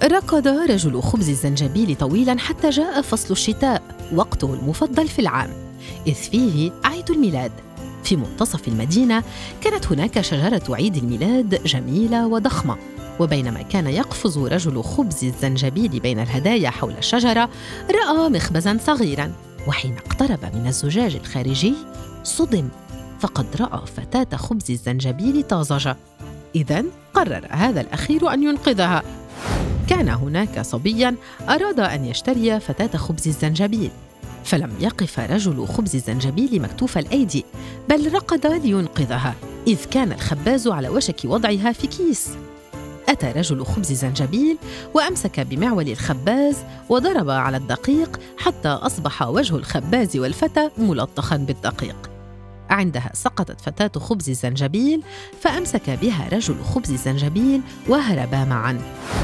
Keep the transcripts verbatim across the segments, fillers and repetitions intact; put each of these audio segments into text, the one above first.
ركض رجل خبز الزنجبيل طويلاً حتى جاء فصل الشتاء، وقته المفضل في العام، إذ فيه عيد الميلاد. في منتصف المدينة كانت هناك شجرة عيد الميلاد جميلة وضخمة، وبينما كان يقفز رجل خبز الزنجبيل بين الهدايا حول الشجرة، رأى مخبزاً صغيراً، وحين اقترب من الزجاج الخارجي صدم، فقد رأى فتاة خبز الزنجبيل طازجة. إذن قرر هذا الأخير أن ينقذها. كان هناك صبياً أراد أن يشتري فتاة خبز الزنجبيل، فلم يقف رجل خبز الزنجبيل مكتوف الأيدي، بل ركض لينقذها، إذ كان الخباز على وشك وضعها في كيس. أتى رجل خبز الزنجبيل وأمسك بمعول الخباز وضرب على الدقيق حتى أصبح وجه الخباز والفتى ملطخاً بالدقيق. عندها سقطت فتاة خبز الزنجبيل، فأمسك بها رجل خبز الزنجبيل وهربا معاً.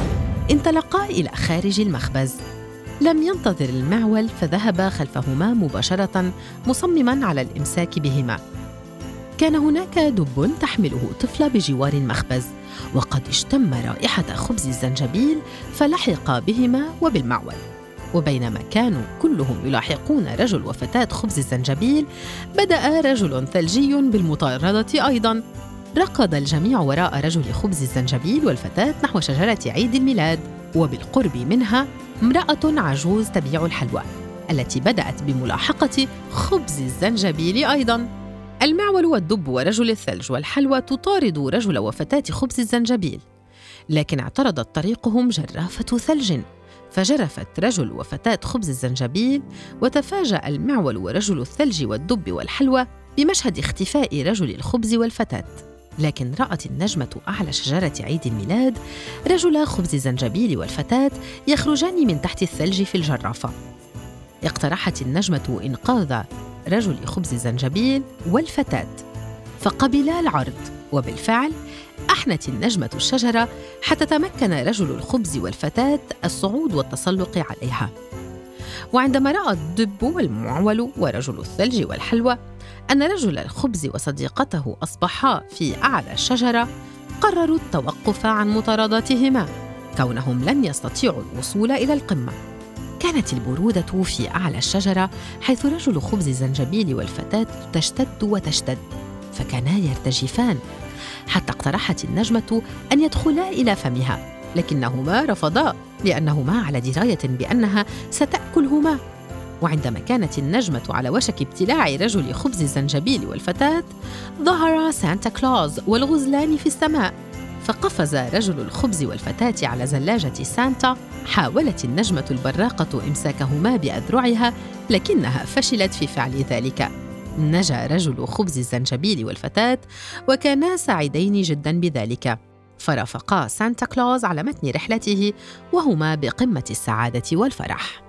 انطلقا إلى خارج المخبز. لم ينتظر المعول فذهب خلفهما مباشرة، مصمماً على الإمساك بهما. كان هناك دب تحمله طفلة بجوار المخبز، وقد اشتم رائحة خبز الزنجبيل فلحق بهما وبالمعول. وبينما كانوا كلهم يلاحقون رجل وفتاة خبز الزنجبيل، بدأ رجل ثلجي بالمطاردة أيضاً. ركض الجميع وراء رجل خبز الزنجبيل والفتاة نحو شجرة عيد الميلاد، وبالقرب منها امرأة عجوز تبيع الحلوى، التي بدأت بملاحقة خبز الزنجبيل أيضاً. المعول والدب ورجل الثلج والحلوى تطارد رجل وفتاة خبز الزنجبيل، لكن اعترضت طريقهم جرافة ثلج، فجرفت رجل وفتاة خبز الزنجبيل، وتفاجأ المعول ورجل الثلج والدب والحلوى بمشهد اختفاء رجل الخبز والفتاة. لكن رأت النجمة أعلى شجرة عيد الميلاد رجل خبز الزنجبيل والفتاة يخرجان من تحت الثلج في الجرافة. اقترحت النجمة إنقاذ رجل خبز الزنجبيل والفتاة، فقبلا العرض، وبالفعل أحنت النجمة الشجرة حتى تمكن رجل الخبز والفتاة الصعود والتسلق عليها. وعندما رأى الدب والمعول ورجل الثلج والحلوى أن رجل الخبز وصديقته أصبحا في أعلى الشجرة، قرروا التوقف عن مطاردتهما، كونهم لن يستطيعوا الوصول إلى القمة. كانت البرودة في أعلى الشجرة، حيث رجل خبز الزنجبيل والفتاة تشتد وتشتد، فكانا يرتجفان، حتى اقترحت النجمة أن يدخلا إلى فمها، لكنهما رفضا لأنهما على دراية بأنها ستأكلهما. وعندما كانت النجمة على وشك ابتلاع رجل خبز الزنجبيل والفتاة، ظهر سانتا كلوز والغزلان في السماء، فقفز رجل الخبز والفتاة على زلاجة سانتا. حاولت النجمة البراقة إمساكهما بأذرعها، لكنها فشلت في فعل ذلك. نجا رجل خبز الزنجبيل والفتاة، وكانا سعيدين جداً بذلك، فرافقا سانتا كلوز على متن رحلته وهما بقمة السعادة والفرح.